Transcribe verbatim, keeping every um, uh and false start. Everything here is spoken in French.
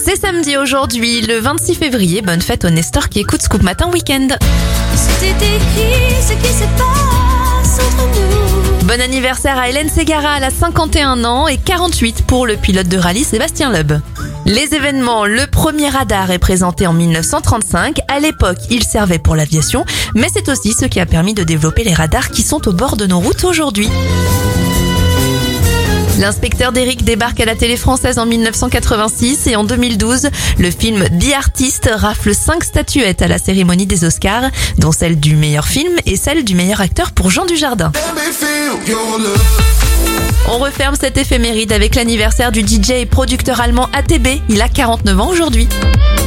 C'est samedi aujourd'hui, le vingt-six février. Bonne fête aux Nestor qui écoute Scoop Matin Week-end. C'était écrit ce qui se passe entre nous. Bon anniversaire à Hélène Ségara, elle a cinquante et un ans et quarante-huit pour le pilote de rallye Sébastien Loeb. Les événements, le premier radar est présenté en mille neuf cent trente-cinq. À l'époque, il servait pour l'aviation, mais c'est aussi ce qui a permis de développer les radars qui sont au bord de nos routes aujourd'hui. L'inspecteur d'Eric débarque à la télé française en mille neuf cent quatre-vingt-six et en deux mille douze, le film The Artist rafle cinq statuettes à la cérémonie des Oscars, dont celle du meilleur film et celle du meilleur acteur pour Jean Dujardin. On referme cette éphéméride avec l'anniversaire du D J et producteur allemand A T B, il a quarante-neuf ans aujourd'hui.